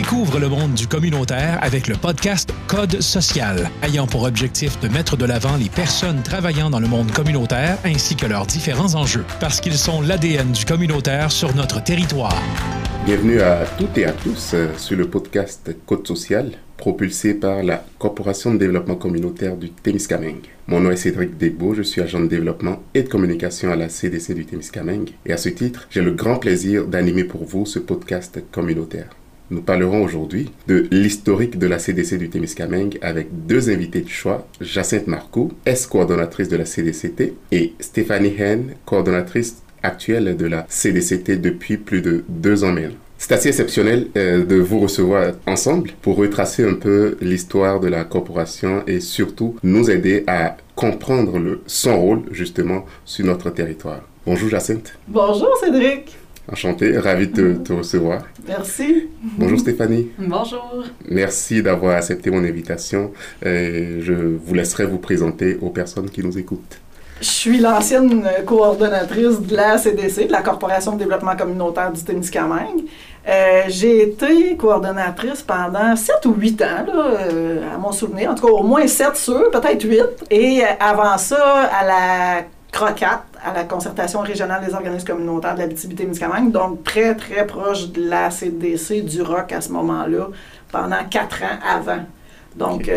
Découvre le monde du communautaire avec le podcast Code social, ayant pour objectif de mettre de l'avant les personnes travaillant dans le monde communautaire ainsi que leurs différents enjeux, parce qu'ils sont l'ADN du communautaire sur notre territoire. Bienvenue à toutes et à tous sur le podcast Code social, propulsé par la Corporation de développement communautaire du Témiscamingue. Mon nom est Cédric Desbeaux, je suis agent de développement et de communication à la CDC du Témiscamingue. Et à ce titre, j'ai le grand plaisir d'animer pour vous ce podcast communautaire. Nous parlerons aujourd'hui de l'historique de la CDC du Témiscamingue avec deux invités de choix, Jacinthe Marcoux, ex-coordonnatrice de la CDCT, et Stéphanie Haine, coordonnatrice actuelle de la CDCT depuis plus de 2 ans maintenant. C'est assez exceptionnel de vous recevoir ensemble pour retracer un peu l'histoire de la corporation et surtout nous aider à comprendre son rôle justement sur notre territoire. Bonjour Jacinthe. Bonjour Cédric. Enchanté, ravi de te recevoir. Merci. Bonjour Stéphanie. Bonjour. Merci d'avoir accepté mon invitation. Je vous laisserai vous présenter aux personnes qui nous écoutent. Je suis l'ancienne coordonnatrice de la CDC, de la Corporation de développement communautaire du Témiscamingue. J'ai été coordonnatrice pendant 7 ou 8 ans, à mon souvenir. En tout cas, au moins 7 sûrs, peut-être 8. Et avant ça, à la CROCAT, à la Concertation régionale des organismes communautaires de l'Abitibi-Témiscamingue, donc très, très proche de la CDC, du ROC à ce moment-là, pendant 4 ans avant. Donc,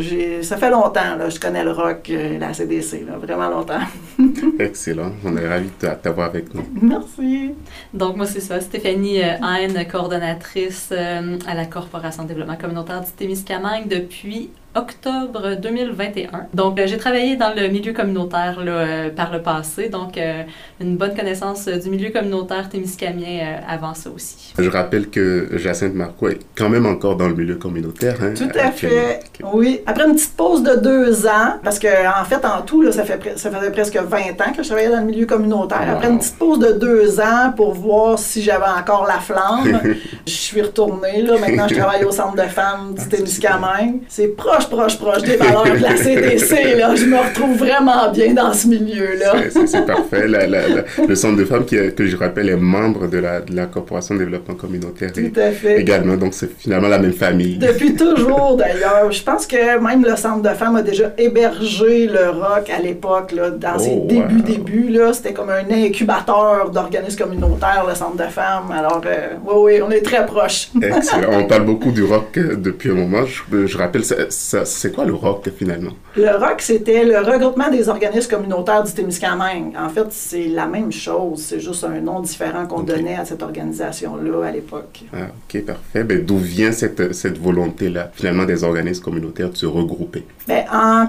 ça fait longtemps, là, je connais le ROC, la CDC, là, vraiment longtemps. Excellent, on est ravis de t'avoir avec nous. Merci. Donc, moi, c'est ça, Stéphanie Haine, coordonnatrice à la Corporation de développement communautaire du Témiscamingue depuis octobre 2021. Donc, j'ai travaillé dans le milieu communautaire là, par le passé, donc une bonne connaissance du milieu communautaire témiscamien avant ça aussi. Je rappelle que Jacinthe Marcoux est quand même encore dans le milieu communautaire. Hein, tout à fait, oui. Après une petite pause de 2 ans, parce qu'en fait, en tout, là, ça faisait presque 20 ans que je travaillais dans le milieu communautaire. Wow. Après une petite pause de 2 ans pour voir si j'avais encore la flamme, je suis retournée. Là. Maintenant, je travaille au Centre de femmes du Témiscamingue. C'est proche des valeurs de la CDC, là. Je me retrouve vraiment bien dans ce milieu-là. C'est parfait. Le Centre de femmes, que je rappelle, est membre de la Corporation de développement communautaire. Tout à fait. Également, donc c'est finalement la même famille. Depuis toujours, d'ailleurs. Je pense que même le Centre de femmes a déjà hébergé le ROC à l'époque, là, dans ses débuts. Là, c'était comme un incubateur d'organismes communautaires, le Centre de femmes. Alors, oui, on est très proches. Excellent. On parle beaucoup du ROC depuis un moment. Je rappelle, c'est quoi le ROC finalement? Le ROC, c'était le regroupement des organismes communautaires du Témiscamingue. En fait, c'est la même chose. C'est juste un nom différent qu'on donnait à cette organisation-là à l'époque. Ah, ok, parfait. Ben, d'où vient cette volonté-là, finalement, des organismes communautaires de se regrouper? Ben, en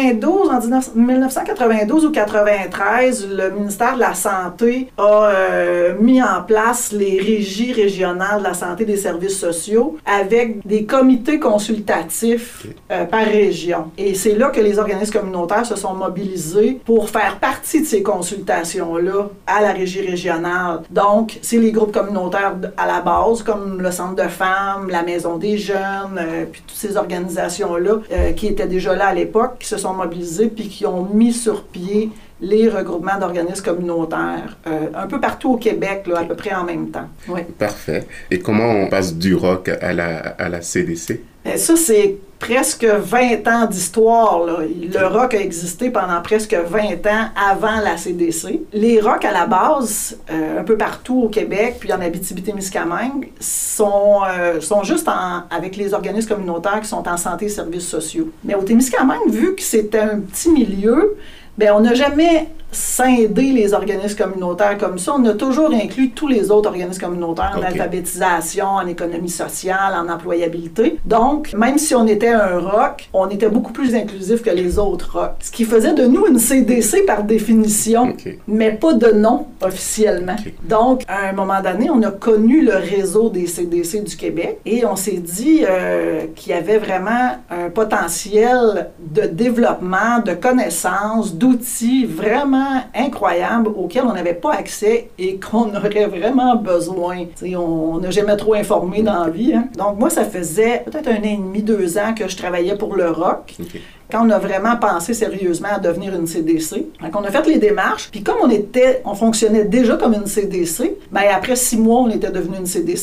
1992 ou 93, le ministère de la Santé a mis en place les régies régionales de la santé et des services sociaux avec des comités consultatifs par région. Et c'est là que les organismes communautaires se sont mobilisés pour faire partie de ces consultations-là à la régie régionale. Donc, c'est les groupes communautaires à la base, comme le Centre de femmes, la Maison des jeunes, puis toutes ces organisations-là qui étaient déjà là à l'époque, qui se sont mobilisés puis qui ont mis sur pied les regroupements d'organismes communautaires un peu partout au Québec, là, à peu près en même temps. Oui. Parfait. Et comment on passe du ROC à la CDC? Ça, c'est presque 20 ans d'histoire. Là. Le ROC a existé pendant presque 20 ans avant la CDC. Les ROC, à la base, un peu partout au Québec, puis en Abitibi-Témiscamingue, sont juste avec les organismes communautaires qui sont en santé et services sociaux. Mais au Témiscamingue, vu que c'était un petit milieu, bien, on n'a jamais scindé les organismes communautaires comme ça. On a toujours inclus tous les autres organismes communautaires en alphabétisation, en économie sociale, en employabilité. Donc, même si on était un ROC, on était beaucoup plus inclusif que les autres ROC. Ce qui faisait de nous une CDC par définition, mais pas de nom officiellement. Donc, à un moment donné, on a connu le réseau des CDC du Québec et on s'est dit qu'il y avait vraiment un potentiel de développement, de connaissances, d'outils vraiment incroyables auxquels on n'avait pas accès et qu'on aurait vraiment besoin. T'sais, on n'a jamais trop informé dans la vie. Hein? Donc moi, ça faisait peut-être 1 an et demi, 2 ans que je travaillais pour le ROC. Quand on a vraiment pensé sérieusement à devenir une CDC. Donc on a fait les démarches, puis comme on fonctionnait déjà comme une CDC, bien après 6 mois, on était devenu une CDC.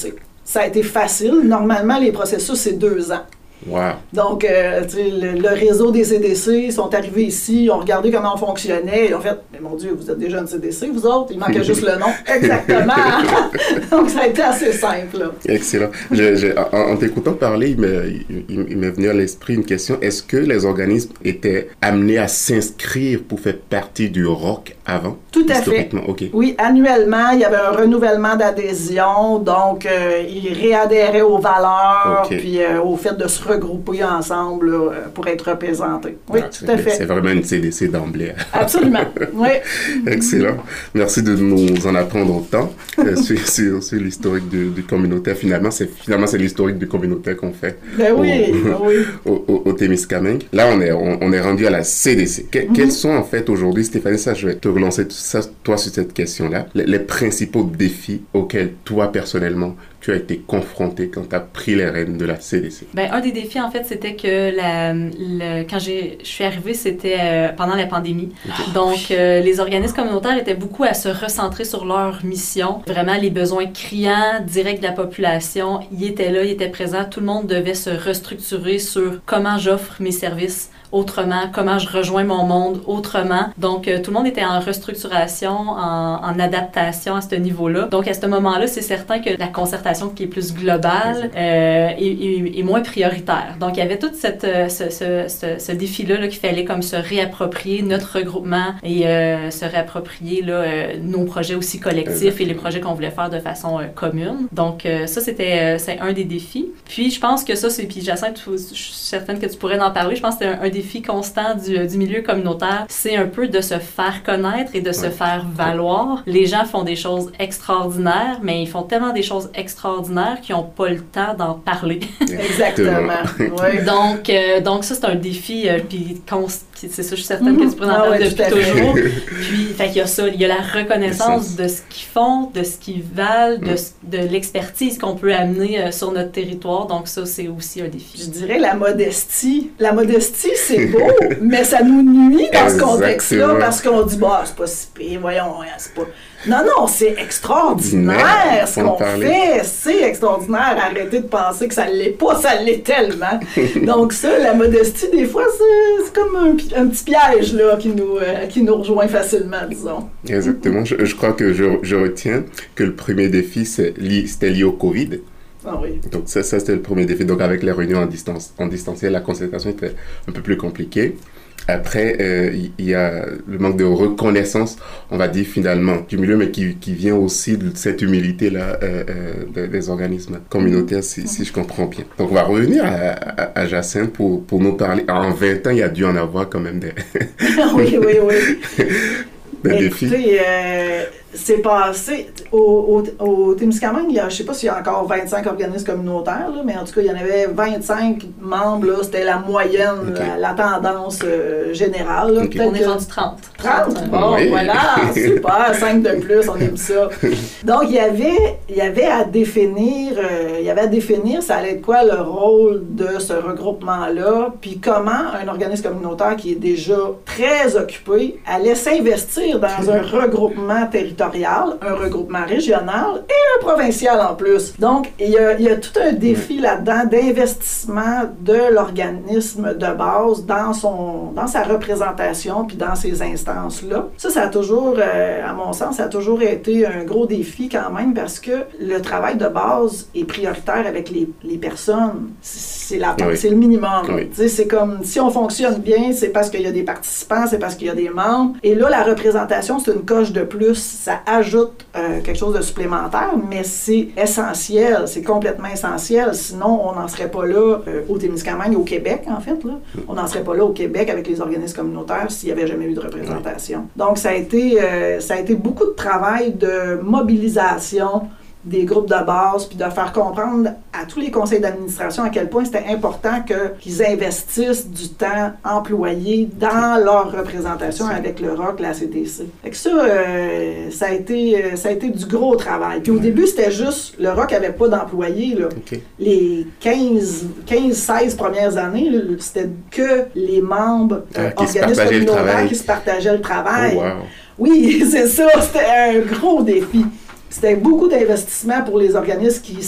ça a été facile. Normalement, les processus, c'est 2 ans. Wow. Donc, le réseau des CDC sont arrivés ici, ils ont regardé comment on fonctionnait, ils ont fait « Mais mon Dieu, vous êtes déjà une CDC, vous autres? Il manquait juste le nom. » Exactement! Donc, ça a été assez simple. Là. Excellent. En t'écoutant parler, il m'est venu à l'esprit une question. Est-ce que les organismes étaient amenés à s'inscrire pour faire partie du ROC avant? Tout à fait. Okay. Oui, annuellement, il y avait un renouvellement d'adhésion, donc ils réadhéraient aux valeurs, puis au fait de se regrouper ensemble là, pour être représentés. Oui, tout à fait. C'est vraiment une CDC d'emblée. Absolument, oui. Excellent. Merci de nous en apprendre autant sur l'historique du communautaire. Finalement, c'est l'historique du communautaire qu'on fait au Témiscamingue. Là, on est rendu à la CDC. Quels sont en fait aujourd'hui, Stéphanie, ça, je vais te relancer toi sur cette question-là, les principaux défis auxquels toi, personnellement, tu as été confronté quand tu as pris les rênes de la CDC? Bien, un des défis, en fait, c'était que quand je suis arrivée, c'était pendant la pandémie. Okay. Donc, les organismes communautaires étaient beaucoup à se recentrer sur leur mission. Vraiment, les besoins criants, directs de la population, ils étaient là, ils étaient présents. Tout le monde devait se restructurer sur comment j'offre mes services autrement, comment je rejoins mon monde autrement. Donc, tout le monde était en restructuration, en adaptation à ce niveau-là. Donc, à ce moment-là, c'est certain que la concertation qui est plus globale est moins prioritaire. Donc, il y avait tout ce défi-là qu'il fallait comme se réapproprier notre regroupement et se réapproprier nos projets aussi collectifs et les projets qu'on voulait faire de façon commune. Donc, ça, c'est un des défis. Puis, je pense que ça, puis Jacinthe, je suis certaine que tu pourrais en parler, je pense que c'est un défi constant du milieu communautaire, c'est un peu de se faire connaître et de se faire valoir. Les gens font des choses extraordinaires, mais ils font tellement des choses extraordinaires qu'ils n'ont pas le temps d'en parler. Exactement. Oui. Donc ça, c'est un défi, puis c'est ça, je suis certaine que tu pourrais en parler depuis toujours. Puis, fait qu'il y a ça, il y a la reconnaissance de ce qu'ils font, de ce qu'ils valent, de l'expertise qu'on peut amener sur notre territoire. Donc ça, c'est aussi un défi. Je dirais la modestie. La modestie, c'est beau, mais ça nous nuit dans ce contexte-là parce qu'on dit, bah, c'est pas si pire, voyons, c'est pas... Non, c'est extraordinaire ce qu'on fait, c'est extraordinaire. Arrêtez de penser que ça l'est pas, ça l'est tellement. Donc ça, la modestie, des fois, c'est comme un petit piège là, qui nous rejoint facilement, disons. Exactement. Je crois que je retiens que le premier défi, c'était lié au COVID. Ah oui. Donc ça c'était le premier défi. Donc avec les réunions en distanciel, la concertation était un peu plus compliquée. Après, il y a le manque de reconnaissance, on va dire finalement, du milieu, mais qui vient aussi de cette humilité-là des organismes communautaires, si je comprends bien. Donc, on va revenir à Jacinthe pour nous parler. En 20 ans, il y a dû en avoir quand même des... oui. des défis. Écoutez, c'est passé au Témiscamingue, je ne sais pas s'il y a encore 25 organismes communautaires, là, mais en tout cas, il y en avait 25 membres, là, c'était la moyenne, la tendance générale. Là, on est rendu 30. 30? Bon, voilà, super, 5 de plus, on aime ça. Donc, il y avait à définir, ça allait être quoi le rôle de ce regroupement-là, puis comment un organisme communautaire qui est déjà très occupé allait s'investir dans un regroupement territorial, un regroupement régional et un provincial en plus. Donc, il y a tout un défi là-dedans d'investissement de l'organisme de base dans sa représentation puis dans ces instances-là. Ça a toujours, à mon sens, ça a toujours été un gros défi quand même parce que le travail de base est prioritaire avec les personnes. C'est le minimum. Oui. C'est comme, si on fonctionne bien, c'est parce qu'il y a des participants, c'est parce qu'il y a des membres. Et là, la représentation, c'est une coche de plus. Ça ajoute quelque chose de supplémentaire, mais c'est essentiel, c'est complètement essentiel. Sinon, on n'en serait pas là au Témiscamingue, au Québec, en fait. Là. On n'en serait pas là au Québec avec les organismes communautaires s'il n'y avait jamais eu de représentation. Donc, ça a été beaucoup de travail de mobilisation des groupes de base, puis de faire comprendre à tous les conseils d'administration à quel point c'était important qu'ils investissent du temps employé dans leur représentation avec le ROC, la CDC. Fait que ça a été du gros travail. Puis au début, c'était juste, le ROC n'avait pas d'employés. Là. Okay. Les 15-16 premières années, là, c'était que les membres organismes communautaires qui se partageaient le travail. Oh, wow. Oui, c'est ça, c'était un gros défi. C'était beaucoup d'investissement pour les organismes qui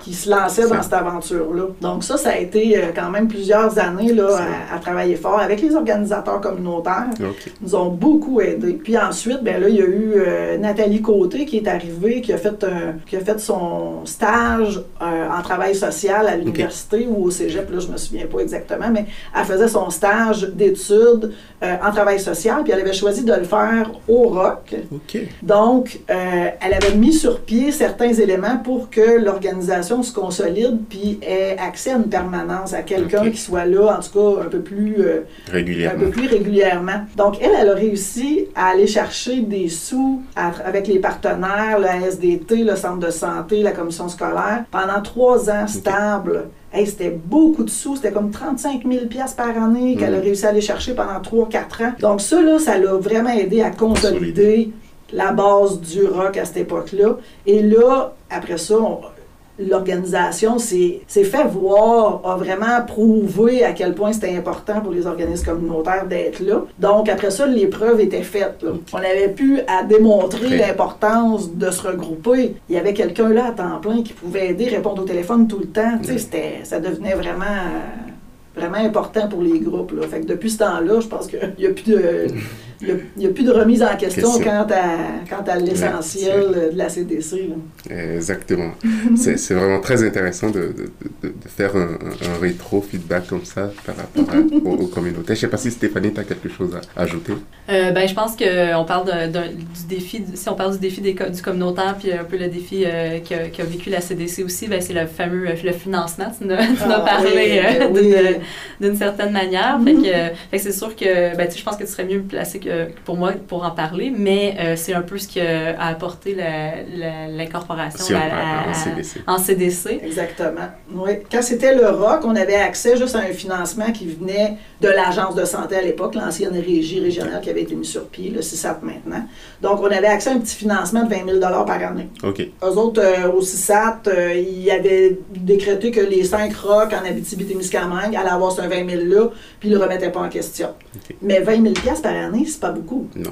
qui se lançaient dans cette aventure-là. Donc ça a été quand même plusieurs années là, à travailler fort avec les organisateurs communautaires. Okay. Ils nous ont beaucoup aidés. Puis ensuite, ben là, il y a eu Nathalie Côté qui est arrivée, qui a fait son stage en travail social à l'université ou au cégep, là, je me souviens pas exactement, mais elle faisait son stage d'études en travail social, puis elle avait choisi de le faire au ROC. Okay. Donc, elle avait mis sur pied certains éléments pour que l'organisation se consolide puis ait accès à une permanence, à quelqu'un qui soit là, en tout cas, un peu plus régulièrement. Donc, elle a réussi à aller chercher des sous avec les partenaires, la SDT, le centre de santé, la commission scolaire, pendant 3 ans stables. Hey, c'était beaucoup de sous, c'était comme 35 000 $ par année qu'elle a réussi à aller chercher pendant 3-4 ans. Donc ça, là, ça l'a vraiment aidé à consolider la base du ROC à cette époque-là. Et là, après ça, l'organisation s'est fait voir, a vraiment prouvé à quel point c'était important pour les organismes communautaires d'être là. Donc, après ça, les preuves étaient faites. Là. On avait pu à démontrer l'importance de se regrouper. Il y avait quelqu'un là à temps plein qui pouvait aider, répondre au téléphone tout le temps. Tu sais, ça devenait vraiment important pour les groupes. Là. Fait que depuis ce temps-là, je pense qu'il n'y a plus de... Il n'y a plus de remise en question quant à l'essentiel de la CDC. Là. Exactement. C'est vraiment très intéressant de faire un rétro-feedback comme ça par rapport aux communautés. Je ne sais pas si Stéphanie, tu as quelque chose à ajouter. Je pense qu'on parle du défi, si on parle du défi du communautaire, puis un peu le défi qu'a vécu la CDC aussi, c'est le fameux le financement. Tu en as parlé d'une certaine manière. Fait que c'est sûr que je pense que tu serais mieux placé pour moi pour en parler, mais c'est un peu ce qui a apporté l'incorporation en CDC. Exactement. Oui. Quand c'était le ROC, on avait accès juste à un financement qui venait de l'Agence de santé à l'époque, l'ancienne régie régionale qui avait été mise sur pied, le CISAT maintenant. Donc, on avait accès à un petit financement de 20 000 $ par année. OK. Eux autres, au CISAT, ils avaient décrété que les 5 ROC en Abitibi-Témiscamingue allaient avoir ce 20 000 $-là, puis ils ne le remettaient pas en question. Okay. Mais 20 000 $ par année, c'est pas beaucoup. Non.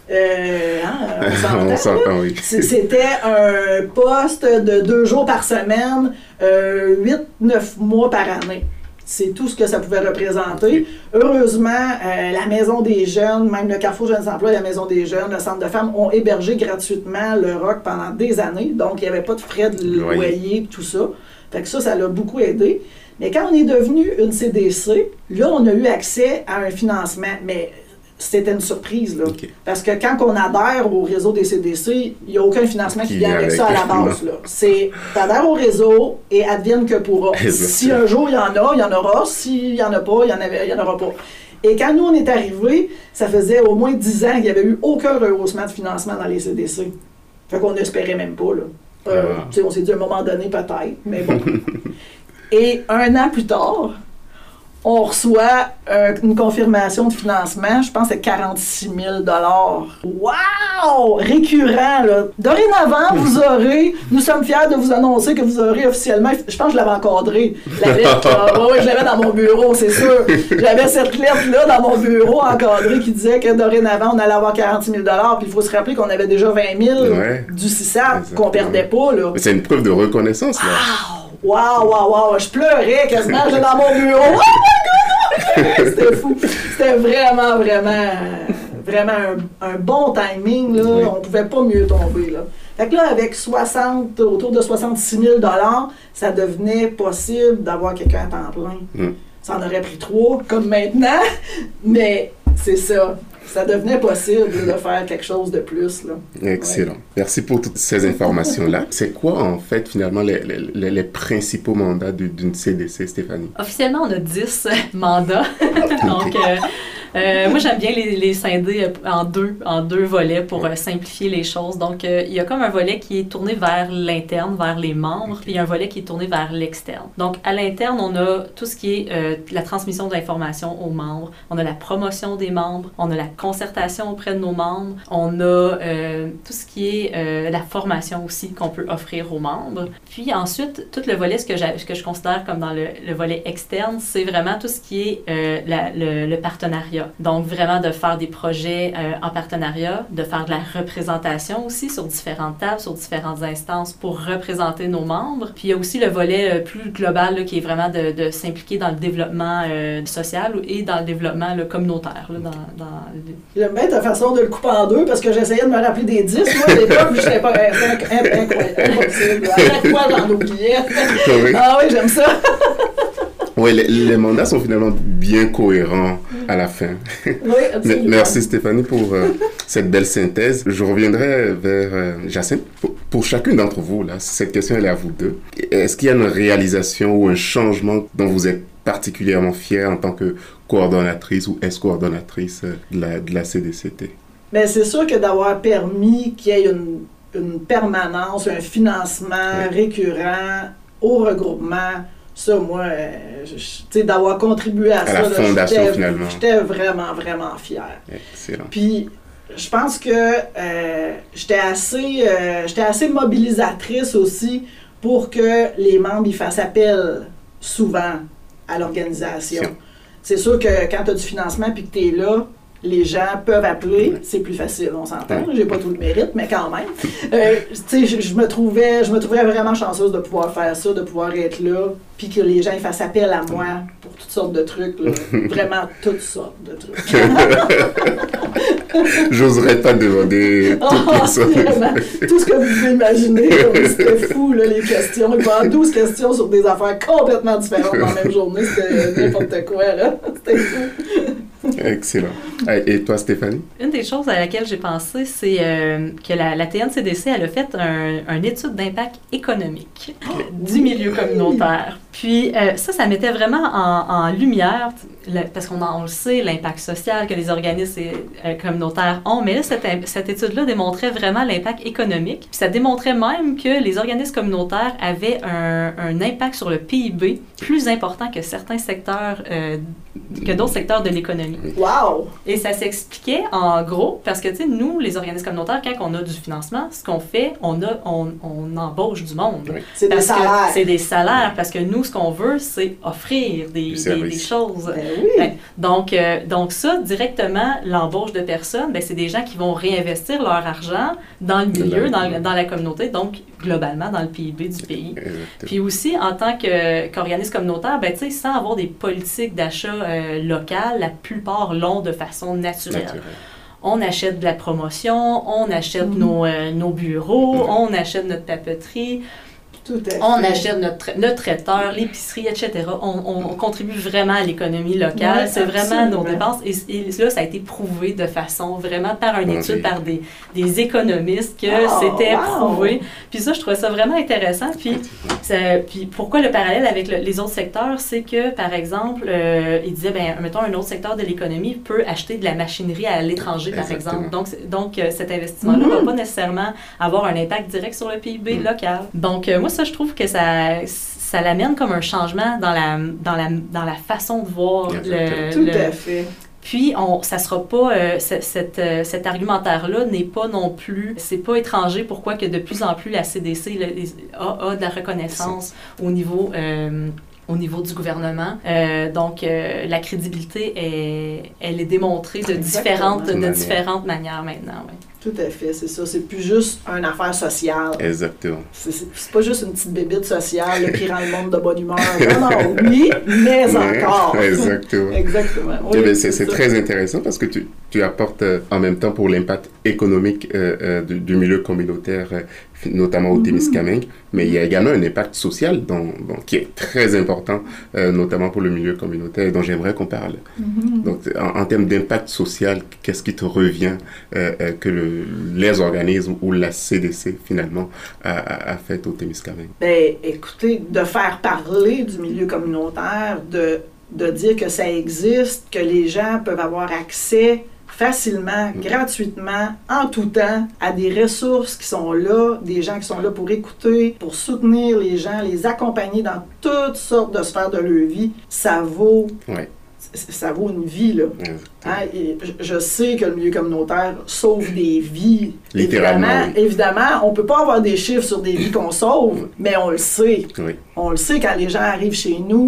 On s'entend, oui. C'était un poste de 2 jours par semaine, 8-9 mois par année. C'est tout ce que ça pouvait représenter. Heureusement, la Maison des Jeunes, même le Carrefour Jeunes Emploi, la Maison des Jeunes, le Centre de femmes ont hébergé gratuitement le ROC pendant des années. Donc, il n'y avait pas de frais de loyer, tout ça. Fait que ça l'a beaucoup aidé. Mais quand on est devenu une CDC, là, on a eu accès à un financement. Mais c'était une surprise, là. Okay. Parce que quand on adhère au réseau des CDC, il n'y a aucun financement qui vient avec ça à la base, là. C'est t'adhères au réseau et advienne que pourra. Si un jour il y en a, il y en aura. S'il n'y en a pas, il n'y en aura pas. Et quand nous, on est arrivés, ça faisait au moins 10 ans qu'il n'y avait eu aucun rehaussement de financement dans les CDC. Fait qu'on n'espérait même pas, là. On s'est dit à un moment donné, peut-être, mais bon. Et 1 an plus tard, on reçoit une confirmation de financement, je pense que c'est 46 000 $. Wow! Récurrent, là. Dorénavant, nous sommes fiers de vous annoncer que vous aurez officiellement, je pense que je l'avais encadré, la lettre. Oui, je l'avais dans mon bureau, c'est sûr. J'avais cette lettre-là dans mon bureau encadrée qui disait que dorénavant, on allait avoir 46 000 $. Puis il faut se rappeler qu'on avait déjà 20 000 du CISAT qu'on perdait pas, là. Mais c'est une preuve de reconnaissance, là. Wow! Je pleurais quasiment, j'étais dans mon bureau. Oh my God! C'était fou. C'était vraiment un bon timing, là. Oui. On pouvait pas mieux tomber, là. Fait que là, avec autour de 66 000 $, ça devenait possible d'avoir quelqu'un à temps plein. Ça en aurait pris 3, comme maintenant, mais c'est ça. Ça devenait possible de faire quelque chose de plus, là. Excellent. Merci pour toutes ces informations-là. C'est quoi, en fait, finalement, les principaux mandats d'une CDC, Stéphanie? Officiellement, on a 10 mandats. Donc, moi, j'aime bien les scinder en deux volets pour simplifier les choses. Donc, il y a comme un volet qui est tourné vers l'interne, vers les membres, puis il y a un volet qui est tourné vers l'externe. Donc, à l'interne, on a tout ce qui est la transmission de l'information aux membres, on a la promotion des membres, on a la concertation auprès de nos membres, on a tout ce qui est la formation aussi qu'on peut offrir aux membres. Puis ensuite, tout le volet, ce que je considère comme dans le volet externe, c'est vraiment tout ce qui est le partenariat. partenariat. Donc, vraiment de faire des projets en partenariat, de faire de la représentation aussi sur différentes tables, sur différentes instances pour représenter nos membres. Puis, il y a aussi le volet plus global là, qui est vraiment de s'impliquer dans le développement social et dans le développement communautaire. Là, J'aime bien ta façon de le couper en deux parce que j'essayais de me rappeler des 10. Moi, à l'époque, je n'étais pas impossible. À chaque fois, j'en oubliais. Ah oui, j'aime ça. Oui, les mandats sont finalement bien cohérents à la fin. Oui, absolument. Merci Stéphanie pour cette belle synthèse. Je reviendrai vers Jacinthe. Pour chacune d'entre vous, là, cette question elle est à vous deux. Est-ce qu'il y a une réalisation ou un changement dont vous êtes particulièrement fière en tant que coordonnatrice ou ex-coordonnatrice de la CDCT? Bien, c'est sûr que d'avoir permis qu'il y ait une permanence, un financement récurrent au regroupement, ça, moi, tu sais, d'avoir contribué à ça, la fondation, finalement. J'étais vraiment, vraiment fière. Excellent. Puis, je pense que j'étais assez mobilisatrice aussi pour que les membres y fassent appel souvent à l'organisation. C'est sûr que quand tu as du financement et que tu es là, les gens peuvent appeler, c'est plus facile, on s'entend. J'ai pas tout le mérite, mais quand même. Tu sais, je me trouvais vraiment chanceuse de pouvoir faire ça, de pouvoir être là, puis que les gens ils fassent appel à moi pour toutes sortes de trucs, là. Vraiment toutes sortes de trucs. J'oserais pas demander toutes sortes. Tout ce que vous pouvez imaginer, c'était fou, là, les questions. Il y avait 12 questions sur des affaires complètement différentes dans la même journée. C'était n'importe quoi, là. C'était fou. Excellent. Et toi, Stéphanie? Une des choses à laquelle j'ai pensé, c'est que la TNCDC, elle a fait une étude d'impact économique du milieu communautaire. Puis ça mettait vraiment en lumière, parce qu'on le sait, l'impact social que les organismes communautaires ont, mais là, cette étude-là démontrait vraiment l'impact économique. Puis ça démontrait même que les organismes communautaires avaient un impact sur le PIB plus important que certains secteurs, que d'autres secteurs de l'économie. Wow! Et ça s'expliquait en gros, parce que, tu sais, nous, les organismes communautaires, quand on a du financement, ce qu'on fait, on embauche du monde. Oui. C'est des salaires. C'est des salaires, parce que nous, ce qu'on veut, c'est offrir des choses. Ben oui. Donc ça, directement, l'embauche de personnes, c'est des gens qui vont réinvestir leur argent dans le milieu, dans la communauté, donc globalement dans le PIB du pays. Exactement. Puis aussi, en tant qu'organisme communautaire, tu sais, sans avoir des politiques d'achat locales, la plupart l'ont de façon naturelle. On achète de la promotion, on achète nos bureaux, on achète notre papeterie. Tout à fait. On achète notre traiteur, l'épicerie, etc. On contribue vraiment à l'économie locale. Ouais, c'est vraiment nos absolument. dépenses. Et là, ça a été prouvé de façon vraiment par une étude, par des économistes que c'était prouvé. Puis ça, je trouvais ça vraiment intéressant. Puis pourquoi le parallèle avec les autres secteurs, c'est que, par exemple, il disait, mettons, un autre secteur de l'économie peut acheter de la machinerie à l'étranger, par exemple. Donc cet investissement-là ne va pas nécessairement avoir un impact direct sur le PIB local. Donc, moi, ça, je trouve que ça l'amène comme un changement dans la façon de voir Tout à fait. Puis, ça sera pas, cet argumentaire-là n'est pas non plus, c'est pas étranger pourquoi que de plus en plus la CDC a de la reconnaissance au niveau du gouvernement. Donc, la crédibilité, elle est démontrée de différentes manières maintenant. Ouais. Tout à fait, c'est ça. C'est plus juste une affaire sociale. Exactement. C'est pas juste une petite bébite sociale là, qui rend le monde de bonne humeur. Non, oui, mais encore. Exactement. Exactement. Oui, c'est très intéressant parce que tu apportes en même temps pour l'impact économique du milieu communautaire, notamment au Témiscamingue, mais il y a également un impact social qui est très important, notamment pour le milieu communautaire, et dont j'aimerais qu'on parle. Donc, en termes d'impact social, qu'est-ce qui te revient que les organismes ou la CDC, finalement, a fait au Témiscamingue? Bien, écoutez, de faire parler du milieu communautaire, de dire que ça existe, que les gens peuvent avoir accès facilement, gratuitement, en tout temps, à des ressources qui sont là, des gens qui sont là pour écouter, pour soutenir les gens, les accompagner dans toutes sortes de sphères de leur vie, ça vaut une vie, là. Hein? Et je sais que le milieu communautaire sauve des vies. Littéralement. Évidemment, on ne peut pas avoir des chiffres sur des vies qu'on sauve, mais on le sait. Oui. On le sait quand les gens arrivent chez nous.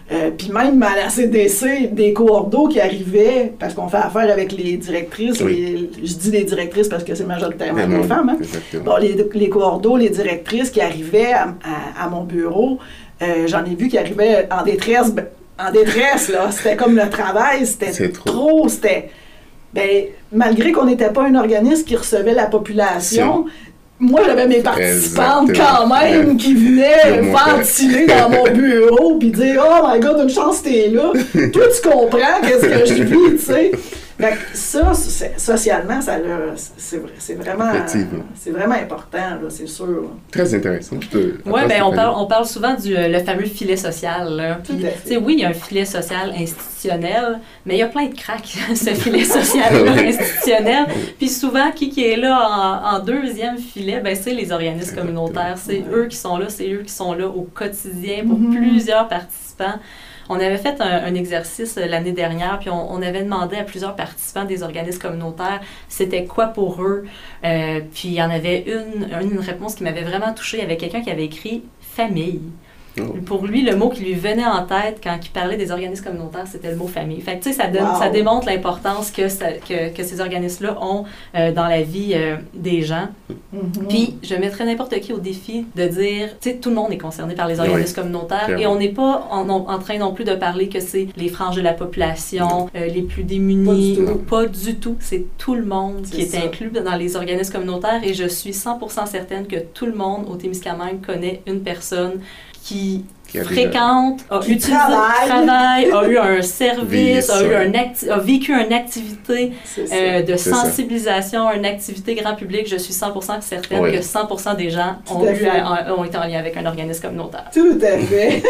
Puis même à la CDC, des coordos qui arrivaient, parce qu'on fait affaire avec les directrices, Oui. je dis les directrices parce que c'est majoritairement des Non, femmes, hein? exactement. Bon, les coordos, les directrices qui arrivaient à mon bureau, j'en ai vu qui arrivaient en détresse. En détresse, là. C'était comme le travail, c'était C'est trop. C'était... Ben, malgré qu'on n'était pas un organisme qui recevait la population, moi, j'avais mes participantes quand même qui venaient ventiler dans mon bureau puis dire « Oh my God, une chance t'es là! Toi, tu comprends qu'est-ce que je vis, tu sais! » Fait que ça, socialement, c'est vraiment important, là, c'est sûr. Là. Très intéressant. Oui, bien, on parle souvent du le fameux filet social. Là. Puis, oui, il y a un filet social institutionnel, mais il y a plein de cracks, ce filet social-là institutionnel. Puis souvent, qui est là en deuxième filet, ben, c'est les organismes communautaires. C'est eux qui sont là au quotidien pour plusieurs participants. On avait fait un exercice l'année dernière, puis on avait demandé à plusieurs participants des organismes communautaires c'était quoi pour eux. Puis il y en avait une réponse qui m'avait vraiment touchée. Il y avait quelqu'un qui avait écrit « famille ». Oh. Pour lui, le mot qui lui venait en tête quand il parlait des organismes communautaires, c'était le mot famille. Fait que, tu sais, ça démontre l'importance que ces organismes-là ont dans la vie des gens. Mm-hmm. Puis, je mettrais n'importe qui au défi de dire, tu sais, tout le monde est concerné par les organismes communautaires clairement. Et on n'est pas en train non plus de parler que c'est les franges de la population, les plus démunis. Pas du tout. C'est tout le monde qui est inclus dans les organismes communautaires et je suis 100% certaine que tout le monde au Témiscamingue connaît une personne qui fréquente, a utilisé travail, a eu un service, a vécu une activité de sensibilisation, une activité grand public. Je suis 100% certaine que 100% des gens ont été en lien avec un organisme communautaire. Tout à fait.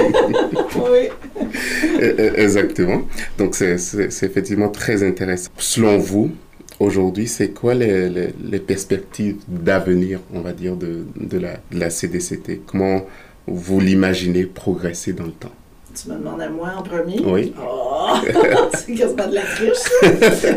Oui. Exactement. Donc, c'est effectivement très intéressant. Selon vous, aujourd'hui, c'est quoi les perspectives d'avenir, on va dire, de la CDCT? Comment vous l'imaginez progresser dans le temps? Tu me demandes à moi en premier? Oui. Oh, c'est quasiment de la triche.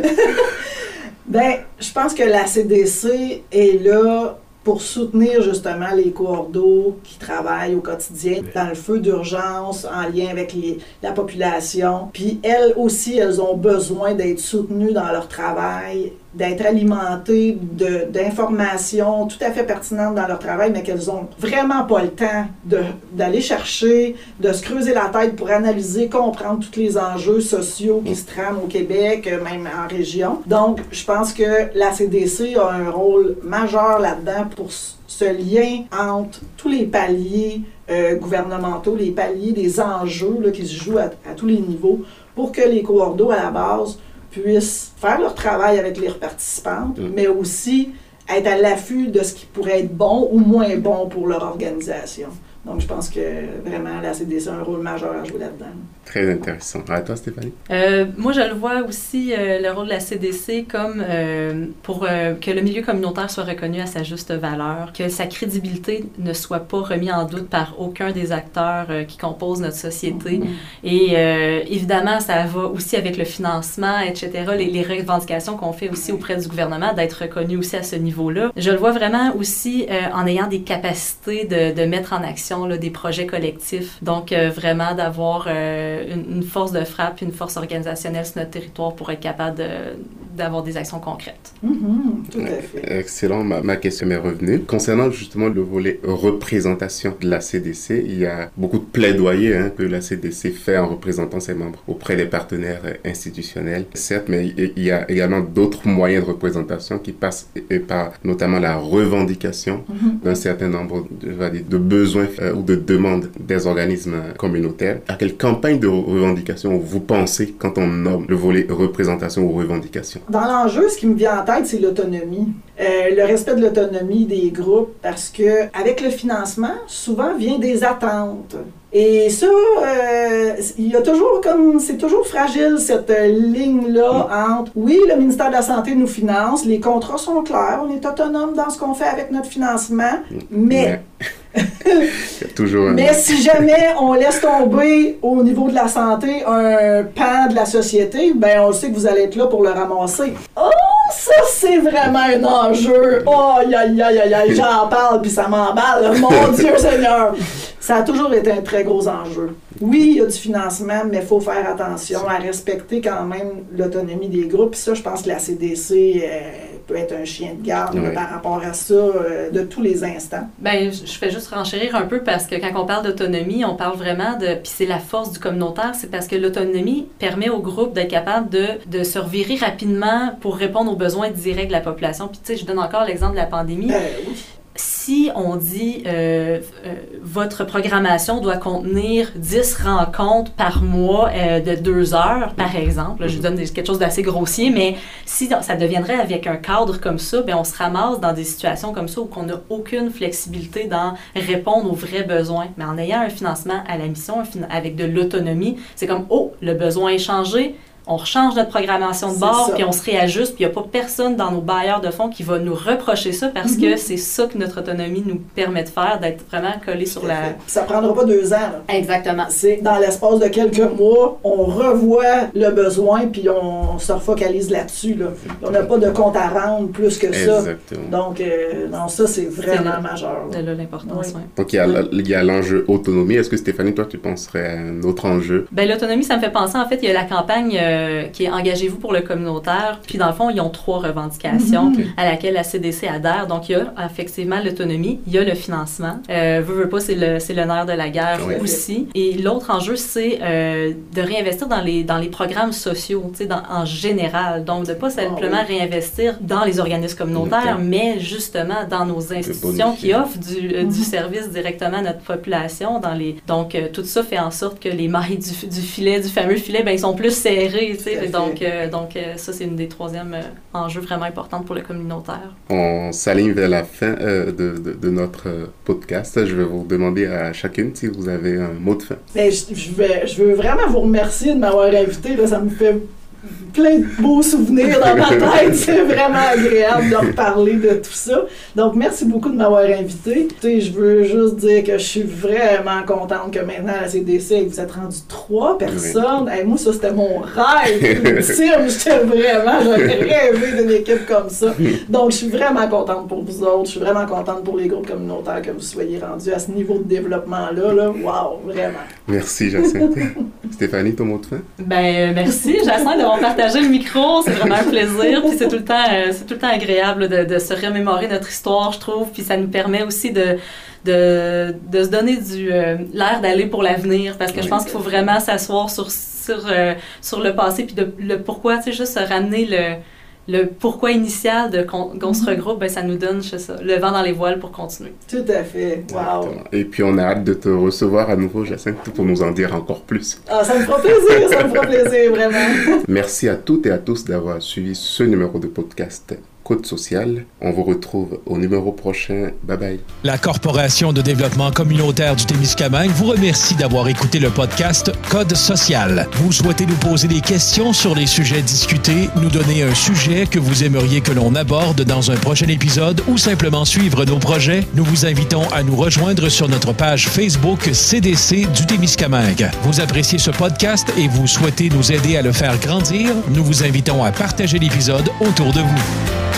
Bien, je pense que la CDC est là pour soutenir justement les coordos qui travaillent au quotidien dans le feu d'urgence en lien avec la population. Puis elles aussi, elles ont besoin d'être soutenues dans leur travail, d'être alimentées d'informations tout à fait pertinentes dans leur travail, mais qu'elles n'ont vraiment pas le temps d'aller chercher, de se creuser la tête pour analyser, comprendre tous les enjeux sociaux qui se trament au Québec, même en région. Donc, je pense que la CDC a un rôle majeur là-dedans pour ce lien entre tous les paliers gouvernementaux, les paliers des enjeux là, qui se jouent à tous les niveaux, pour que les coordos, à la base, puissent faire leur travail avec leurs participantes, mais aussi être à l'affût de ce qui pourrait être bon ou moins bon pour leur organisation. Donc, je pense que vraiment, la CDC a un rôle majeur à jouer là-dedans. Très intéressant. À toi, Stéphanie? Moi, je le vois aussi, le rôle de la CDC, comme pour que le milieu communautaire soit reconnu à sa juste valeur, que sa crédibilité ne soit pas remise en doute par aucun des acteurs qui composent notre société. Et évidemment, ça va aussi avec le financement, etc., les revendications qu'on fait aussi auprès du gouvernement, d'être reconnu aussi à ce niveau-là. Je le vois vraiment aussi en ayant des capacités de mettre en action là, des projets collectifs. Donc, vraiment d'avoir une force de frappe, une force organisationnelle sur notre territoire pour être capable d'avoir des actions concrètes. Tout à fait. Excellent. Ma question m'est revenue. Concernant justement le volet représentation de la CDC, il y a beaucoup de plaidoyer que la CDC fait en représentant ses membres auprès des partenaires institutionnels, certes, mais il y a également d'autres moyens de représentation qui passent par notamment la revendication d'un certain nombre de besoins ou de demandes des organismes communautaires. À quelle campagne de revendication vous pensez quand on nomme le volet représentation ou revendication? Dans l'enjeu, ce qui me vient en tête, c'est l'autonomie. Le respect de l'autonomie des groupes, parce que avec le financement, souvent vient des attentes. Et ça, il y a toujours c'est toujours fragile cette ligne-là entre, oui, le ministère de la Santé nous finance, les contrats sont clairs, on est autonome dans ce qu'on fait avec notre financement, mais mais si jamais on laisse tomber au niveau de la santé un pan de la société, ben on sait que vous allez être là pour le ramasser. Oh, Ça, c'est vraiment un enjeu. Oh, aïe, aïe, aïe, aïe, j'en parle, puis ça m'emballe. Mon Dieu Seigneur! Ça a toujours été un très gros enjeu. Oui, il y a du financement, mais il faut faire attention à respecter quand même l'autonomie des groupes. Puis ça, je pense que la CDC peut être un chien de garde par rapport à ça de tous les instants. Bien, je fais juste renchérir un peu parce que quand on parle d'autonomie, on parle vraiment de... Puis c'est la force du communautaire, c'est parce que l'autonomie permet au groupe d'être capable de se revirer rapidement pour répondre aux besoins directs de la population. Puis tu sais, je donne encore l'exemple de la pandémie. Oui. Si on dit votre programmation doit contenir 10 rencontres par mois de 2 heures, par exemple, je donne quelque chose d'assez grossier, mais si ça deviendrait avec un cadre comme ça, bien, on se ramasse dans des situations comme ça où on n'a aucune flexibilité dans répondre aux vrais besoins. Mais en ayant un financement à la mission, avec de l'autonomie, c'est comme, oh, le besoin est changé, on rechange notre programmation de bord, puis on se réajuste, puis il n'y a pas personne dans nos bailleurs de fonds qui va nous reprocher ça parce que c'est ça que notre autonomie nous permet de faire, d'être vraiment collé sur la... Ça ne prendra pas 2 ans. Là. Exactement. C'est dans l'espace de quelques mois, on revoit le besoin, puis on se refocalise là-dessus. Là. On n'a pas de compte à rendre plus que ça. Exactement. Donc, non, ça, c'est vraiment majeur. C'est là l'importance, oui. Donc, il y a l'enjeu autonomie. Est-ce que, Stéphanie, toi, tu penserais à un autre enjeu? Bien, l'autonomie, ça me fait penser, en fait, il y a la campagne qui est « Engagez-vous pour le communautaire ». Puis, dans le fond, ils ont 3 revendications à laquelle la CDC adhère. Donc, il y a effectivement l'autonomie, il y a le financement. Veux pas, c'est le nerf de la guerre aussi. Et l'autre enjeu, c'est de réinvestir dans les programmes sociaux, tu sais, en général. Donc, de pas simplement réinvestir dans les organismes communautaires, mais justement dans nos institutions qui offrent du service directement à notre population. Donc, tout ça fait en sorte que les mailles du filet, du fameux filet, bien, ils sont plus serrés, tu sais. Donc, ça, c'est une des 3e enjeux vraiment importantes pour le communautaire. On s'aligne vers la fin de notre podcast. Je vais vous demander à chacune si vous avez un mot de fin. Mais je veux vraiment vous remercier de m'avoir invité. Là, ça me fait plein de beaux souvenirs dans ma tête. C'est vraiment agréable de reparler de tout ça. Donc, merci beaucoup de m'avoir invité. Je veux juste dire que je suis vraiment contente que maintenant, à la CDC, vous êtes rendu 3 personnes. Hey, moi, ça, c'était mon rêve ultime. J'aurais rêvé d'une équipe comme ça. Donc, je suis vraiment contente pour vous autres. Je suis vraiment contente pour les groupes communautaires que vous soyez rendus à ce niveau de développement-là. Wow, vraiment. Merci, Jacinthe. Stéphanie, ton mot de fin? Ben, merci, Jacinthe, d'avoir partagé le micro. C'est vraiment un plaisir. Puis c'est tout le temps agréable de se remémorer notre histoire, je trouve. Puis ça nous permet aussi de se donner l'air d'aller pour l'avenir. Parce que je pense qu'il faut vraiment s'asseoir sur le passé. Puis le pourquoi, tu sais, juste se ramener le pourquoi initial qu'on se regroupe, ben, ça nous donne, je sais ça, le vent dans les voiles pour continuer. Tout à fait. Wow. Et puis, on a hâte de te recevoir à nouveau, Jacinthe, pour nous en dire encore plus. Ah, ça me fera plaisir, vraiment. Merci à toutes et à tous d'avoir suivi ce numéro de podcast Code Social. On vous retrouve au numéro prochain. Bye bye. La Corporation de développement communautaire du Témiscamingue vous remercie d'avoir écouté le podcast Code Social. Vous souhaitez nous poser des questions sur les sujets discutés, nous donner un sujet que vous aimeriez que l'on aborde dans un prochain épisode ou simplement suivre nos projets, nous vous invitons à nous rejoindre sur notre page Facebook CDC du Témiscamingue. Vous appréciez ce podcast et vous souhaitez nous aider à le faire grandir, nous vous invitons à partager l'épisode autour de vous.